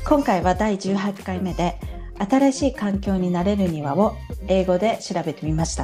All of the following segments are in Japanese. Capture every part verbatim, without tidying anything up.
今回はだいじゅうはちかいめで新しい環境に慣れるにはを英語で調べてみました。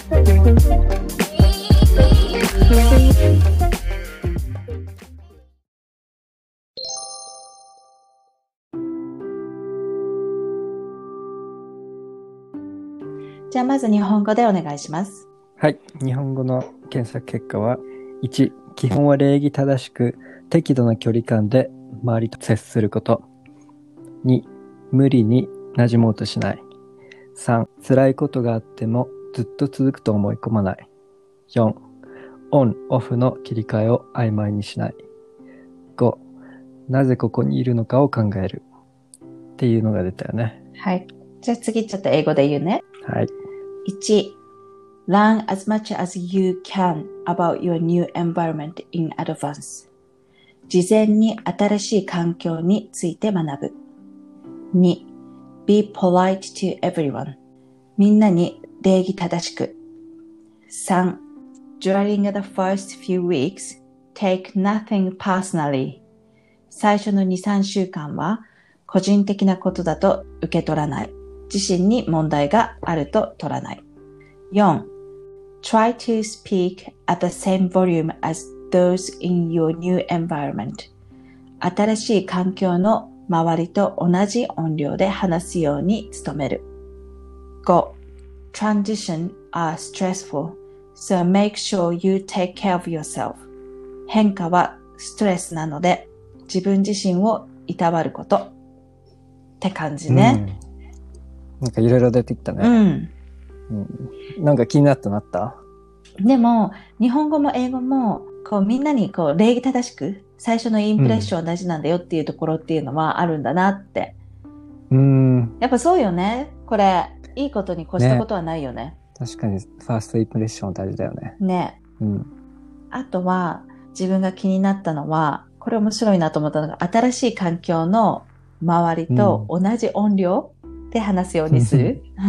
じゃあまず日本語でお願いします。 はい、日本語の検索結果はいち、基本は礼儀正しく適度な距離感で周りと接すること。に、無理に馴染もうとしない。さん、辛いことがあってもずっと続くと思い込まない。よん、オン・オフの切り替えを曖昧にしない。ご、なぜここにいるのかを考える。っていうのが出たよね。 はい。じゃあ次ちょっと英語で言うね。 はい。 いち、Learn as much as you can about your new environment in advance. 事前に新しい環境について学ぶ。に、Be polite to everyone. みんなに礼儀正しく。さん、During the first few weeks, take nothing personally. 最初のに、さんしゅうかんは個人的なことだと受け取らない。自身に問題があると取らない。よん、Try to speak at the same volume as those in your new environment. 新しい環境の周りと同じ音量で話すように努める。ご、Transition are stressful, so make sure you take care of yourself. 変化はストレスなので自分自身をいたわることって感じね。 うん、なんかいろいろ出てきたね。 うんうん、なんか気になったなった？ でも日本語も英語もこうみんなにこう礼儀正しく最初のインプレッション大事なんだよっていうところっていうのはあるんだなって。 うん。 やっぱそうよね。これいいことに越したことはないよね。 ね、確かにファーストインプレッション大事だよね。 ね。 うん。あとは自分が気になったのはこれ面白いなと思ったのが新しい環境の周りと同じ音量で話すようにする。うん、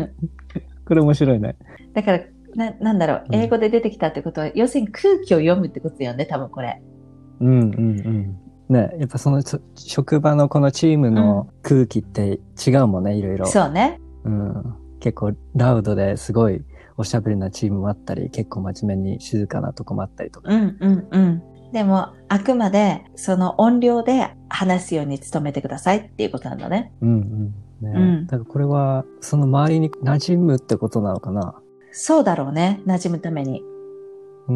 これ面白いね。 だからな, なんだろう英語で出てきたってことは、うん、要するに空気を読むってことだよね多分これ。 うんうんうんね、やっぱその職場のこのチームの空気って違うもんね、いろいろ。 そうね。 うん、結構ラウドですごいおしゃべりなチームもあったり、結構真面目に静かなとこもあったりとか。 うんうんうん。でもあくまでその音量で話すように努めてくださいっていうことなんだね。 うんうんね、うん。だからこれはその周りに馴染むってことなのかな。 そうだろうね、馴染むために。 うん、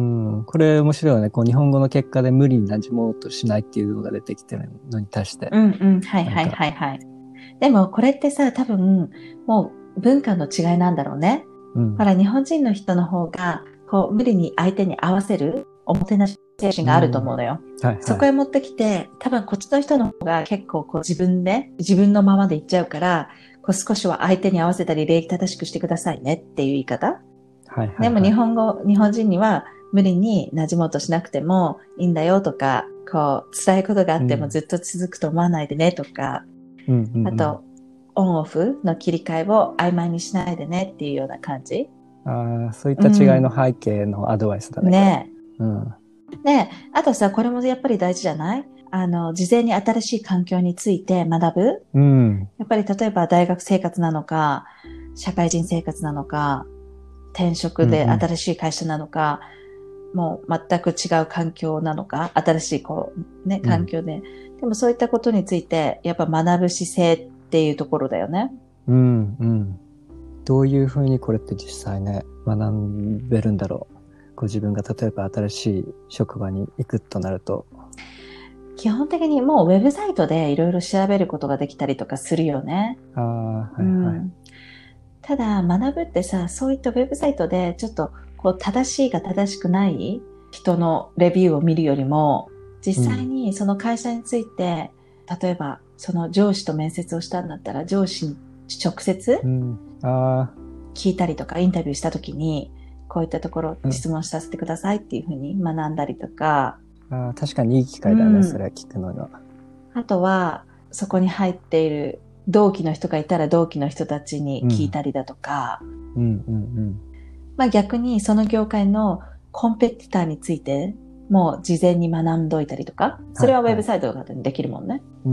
これ面白いよね。こう日本語の結果で無理に馴染もうとしないっていうのが出てきてるのに対して。 うんうん、はいはいはいはい。でもこれってさ、多分もう文化の違いなんだろうね。うん、ほら日本人の人の方がこう無理に相手に合わせるおもてなし精神があると思うのよ。うん、はいはい、そこへ持ってきて、多分こっちの人の方が結構こう自分で自分のままでいっちゃうから、こう少しは相手に合わせたり礼儀正しくしてくださいねっていう言い方。はいはいはい、でも日本語、日本人には無理に馴染もうとしなくてもいいんだよとか、こう辛いことがあってもずっと続くと思わないでねとか、うんうんうん、あとオンオフの切り替えを曖昧にしないでねっていうような感じ。 ああ、そういった違いの背景のアドバイスだね。 うん、ねえ。うん。 で、あとさ、これもやっぱり大事じゃない？あの、事前に新しい環境について学ぶ。うん。やっぱり例えば大学生活なのか、社会人生活なのか、転職で新しい会社なのか、うんうん、もう全く違う環境なのか、新しいこうね、環境で、うん。でもそういったことについて、やっぱ学ぶ姿勢っていうところだよね。 うんうん。どういうふうにこれって実際ね、学べるんだろう。こう自分が例えば新しい職場に行くとなると。 基本的にもうウェブサイトでいろいろ調べることができたりとかするよね。 ああ、はいはい。うん、 ただ学ぶってさ、そういったウェブサイトでちょっとこう正しいか正しくない人のレビューを見るよりも、実際にその会社について、うん、例えばその上司と面接をしたんだったら上司に直接聞いたりとかインタビューしたときに、こういったところ質問させてくださいっていうふうに学んだりとか、 うん、あ、確かにいい機会だね、うん、それは聞くのが。 あとはそこに入っている同期の人がいたら同期の人たちに聞いたりだとか、うんうんうん、まあ逆にその業界のコンペティターについてもう事前に学んどいたりとか、それはウェブサイトとかでできるもんね。 はいはい、うん、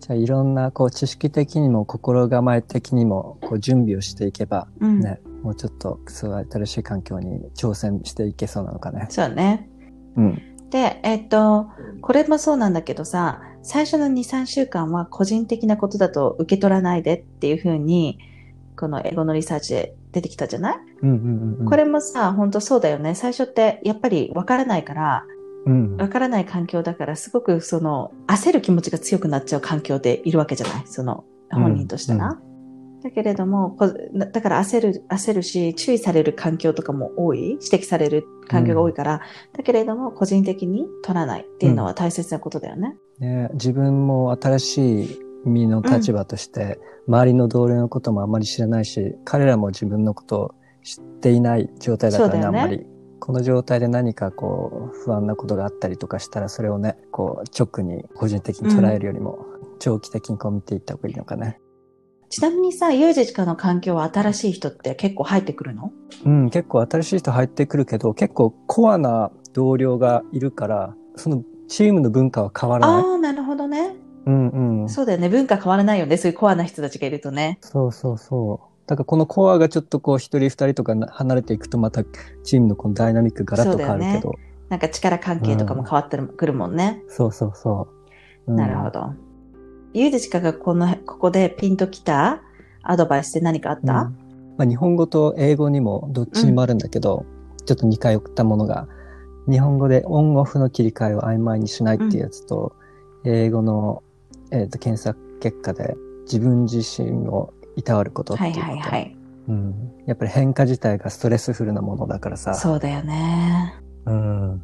じゃあいろんなこう知識的にも心構え的にもこう準備をしていけば、 うんね、もうちょっとそう新しい環境に挑戦していけそうなのかね。 そうね。 うん。 で、えっと、これもそうなんだけどさ、最初のに、さんしゅうかんは個人的なことだと受け取らないでっていう風に、この英語のリサーチで出てきたじゃない？ うんうんうんうん。 これもさ、本当そうだよね。最初ってやっぱりわからないから、 うんわからない環境だからすごくその焦る気持ちが強くなっちゃう環境でいるわけじゃない？その本人としてな。うんうん、だけれども、だから焦る、焦るし、注意される環境とかも多い、指摘される環境が多いから、うん、だけれども個人的に取らないっていうのは大切なことだよね。 うん、ね、自分も新しい身の立場として、うん、周りの同僚のこともあまり知らないし、彼らも自分のことを知っていない状態だからね、ねあんまり。この状態で何かこう不安なことがあったりとかしたら、それをね、こう直に個人的に捉えるよりも、長期的にこう見ていった方がいいのかね。 うん、ちなみにさ、ユージチカの環境は新しい人って結構入ってくるの？ うん、結構新しい人入ってくるけど、結構コアな同僚がいるから、そのチームの文化は変わらない。 ああ、なるほどね。 うんうん。 そうだよね。文化変わらないよね。そういうコアな人たちがいるとね。 そうそうそう。だからこのコアがちょっとこう一人二人とか離れていくとまたチームのこのダイナミックガラッと変わるけど。 ね、なんか力関係とかも変わってくるもんね。 うん、そうそうそう。うん、 なるほど。ユージチカがこの、ここでピンときたアドバイスって何かあった？うん、 まあ、日本語と英語にもどっちにもあるんだけど、うん、ちょっと似通ったものが、日本語でオンオフの切り替えを曖昧にしないっていうやつと、うん、英語の、えーと、検索結果で自分自身をいたわることっていうこと。はいはいはい。うん。やっぱり変化自体がストレスフルなものだからさ。 そうだよね。 うん。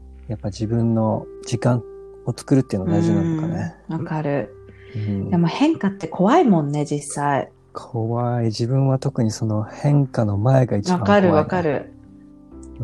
やっぱ自分の時間を作るっていうのが大事なのかね。 わかる、 うん。 でも変化って怖いもんね、実際。 怖い。自分は特にその変化の前が一番怖い、ね。 わかるわかる。 うん。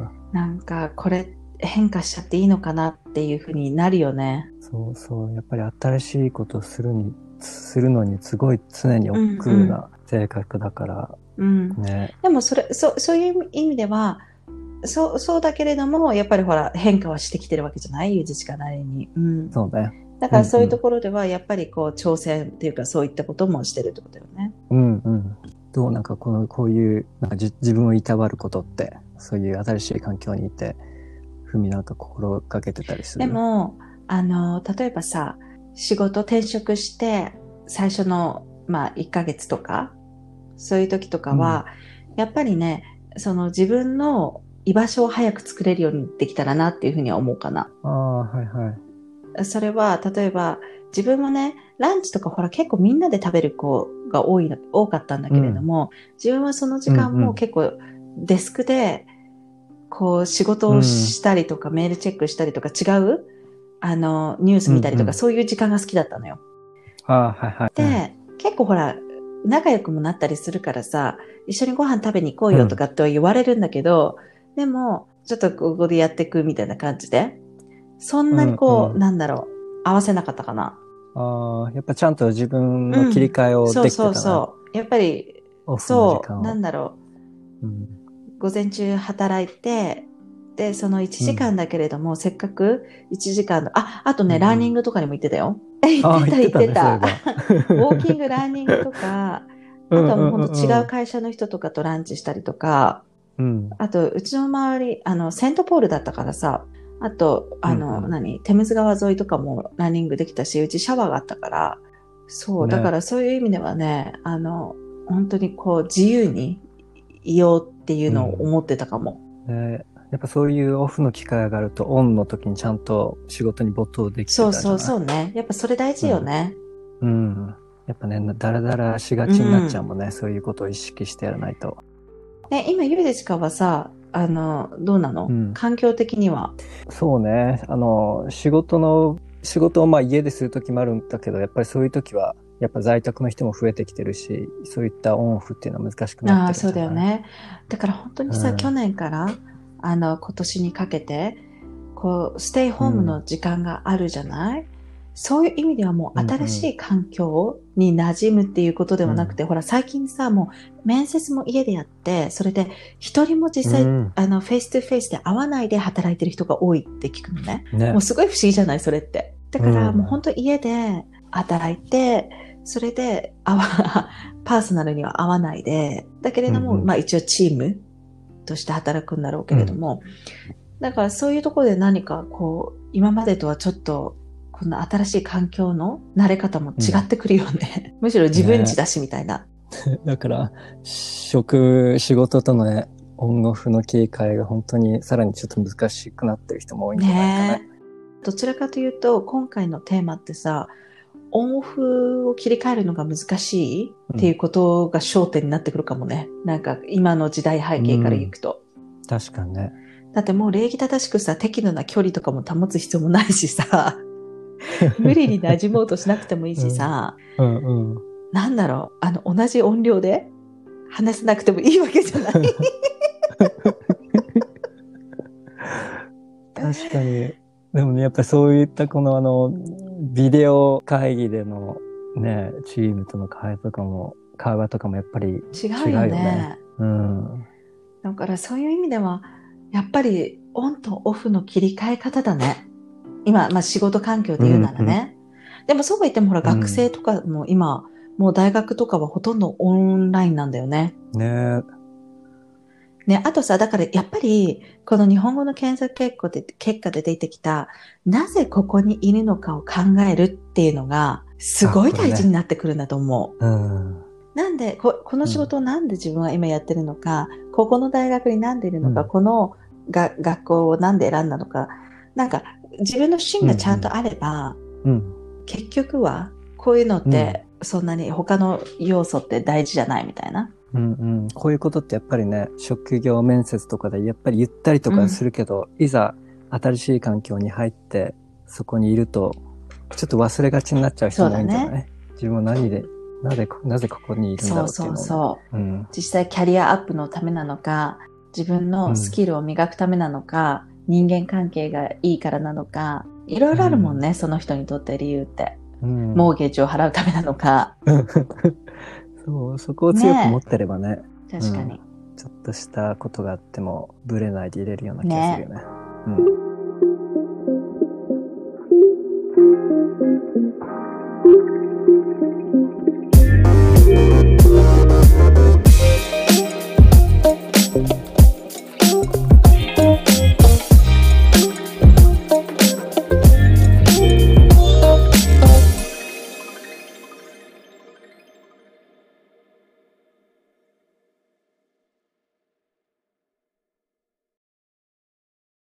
なんかこれ変化しちゃっていいのかなっていう風になるよね。 そうそう。やっぱり新しいことをするに、するのにすごい常に億劫な性格だから。 うん、 ね。 でもそれ、そ、そういう意味では、そう、そうだけれども、やっぱりほら、変化はしてきてるわけじゃない？ユージチカなりに。うん。 そうね。 だからそういうところでは、やっぱりこう、挑戦っていうか、そういったこともしてるってことよね。 うんうん。どうなんかこの、こういう、なんかじ自分をいたわることって、そういう新しい環境にいて、ふみなんか心がけてたりする？ でも、あの、例えばさ、仕事転職して、最初の、まあ、いっかげつとか、そういう時とかは、うん、やっぱりね、その自分の居場所を早く作れるようにできたらなっていうふうには思うかな。 ああ、はいはい。 それは、例えば、自分もね、ランチとかほら結構みんなで食べる子が多いの、多かったんだけれども、うん、自分はその時間も結構デスクで、こう仕事をしたりとか、うん、メールチェックしたりとか違う、あの、ニュース見たりとか、うんうん、そういう時間が好きだったのよ。 ああ、はいはい。 で、結構ほら、仲良くもなったりするからさ、一緒にご飯食べに行こうよとかって言われるんだけど、うん、でも、ちょっとここでやっていくみたいな感じで、そんなにこう、うんうん、なんだろう、合わせなかったかな。 ああ、やっぱちゃんと自分の切り替えをできてたな、うん、 そうそうそう。やっぱり、そう、なんだろう、うん、午前中働いて、で、そのいちじかんだけれども、うん、せっかくいちじかんの、あ、あとね、うん、ランニングとかにも行ってたよ。行ってた、行ってた。ウォーキング、ランニングとか、あとはもう本当違う会社の人とかとランチしたりとか、うん、あと、うちの周り、あの、セントポールだったからさ、あと、あの、うんうん、何、テムズ川沿いとかもランニングできたし、うちシャワーがあったから、そう、ね、だからそういう意味ではね、あの、本当にこう、自由にいようっていうのを思ってたかも。 うんね、やっぱそういうオフの機会があると、オンの時にちゃんと仕事に没頭できてたじゃない？ そうそうそうね。やっぱそれ大事よね。 うん。うん、やっぱね、だらだらしがちになっちゃうもんね、うん。そういうことを意識してやらないと。 ね、今、ゆうでちかはさ、あの、どうなの？うん、環境的には。 そうね。あの、仕事の、仕事をまあ家でする時もあるんだけど、やっぱりそういう時は、やっぱ在宅の人も増えてきてるし、そういったオンオフっていうのは難しくなってるんじゃない？ああ、そうだよね。 だから本当にさ、うん、去年から、あの、今年にかけて、こう、ステイホームの時間があるじゃない？うん、そういう意味ではもう新しい環境に馴染むっていうことではなくて、うん、ほら最近さ、もう面接も家でやって、それで一人も実際、うん、あの、フェイストゥフェイスで会わないで働いてる人が多いって聞くのね。ね、もうすごい不思議じゃない？それって。だからもう本当家で、 働いて、それで合わパーソナルには合わないで、だけれども、 うんうん、 まあ一応チームとして働くんだろうけれども、うん、だからそういうところで何かこう今までとはちょっとこの新しい環境の慣れ方も違ってくるよね、うん、むしろ自分家だしみたいな、 ね、だから職仕事とのねオンオフの切り替えが本当にさらにちょっと難しくなってる人も多いんじゃないかね。 ね、どちらかというと今回のテーマってさ、オンオフを切り替えるのが難しいっていうことが焦点になってくるかもね、うん、なんか今の時代背景からいくと、 うん、確かにね。 だってもう礼儀正しくさ、適度な距離とかも保つ必要もないしさ無理に馴染もうとしなくてもいいしさ、うんうんうん、なんだろう、あの同じ音量で話せなくてもいいわけじゃない確かに。でもね、やっぱりそういったこのあのビデオ会議でのね、チームとの会話とかも会話とかもやっぱり違うよね。 違うよね。 うん。 だからそういう意味ではやっぱりオンとオフの切り替え方だね。今、まあ、仕事環境で言うならね。うんうん、でもそうは言ってもほら、学生とかも今、うん、もう大学とかはほとんどオンラインなんだよね。 ねね、あとさ、だからやっぱり、この日本語の検索結果で、結果で出てきた、なぜここにいるのかを考えるっていうのが、すごい大事になってくるんだと思う。ね、うん、なんでこ、この仕事をなんで自分は今やってるのか、うん、ここの大学になんでいるのか、うん、このが学校をなんで選んだのか、なんか自分の芯がちゃんとあれば、うんうん、結局はこういうのってそんなに他の要素って大事じゃないみたいな。 うんうん、こういうことってやっぱりね、職業面接とかでやっぱり言ったりとかするけど、うん、いざ新しい環境に入ってそこにいるとちょっと忘れがちになっちゃう人も多いんじゃない？ね、自分は何でなぜなぜここにいるんだろうっていうのを、ね、そうそうそう、うん、 実際キャリアアップのためなのか、自分のスキルを磨くためなのか、うん、人間関係がいいからなのか、いろいろあるもんね、うん、その人にとって理由って、うん、モーゲージを払うためなのかそう、そこを強く持ってればね。ね、 確かに、 うん。ちょっとしたことがあっても、ブレないでいれるような気がするよね。ね、うん。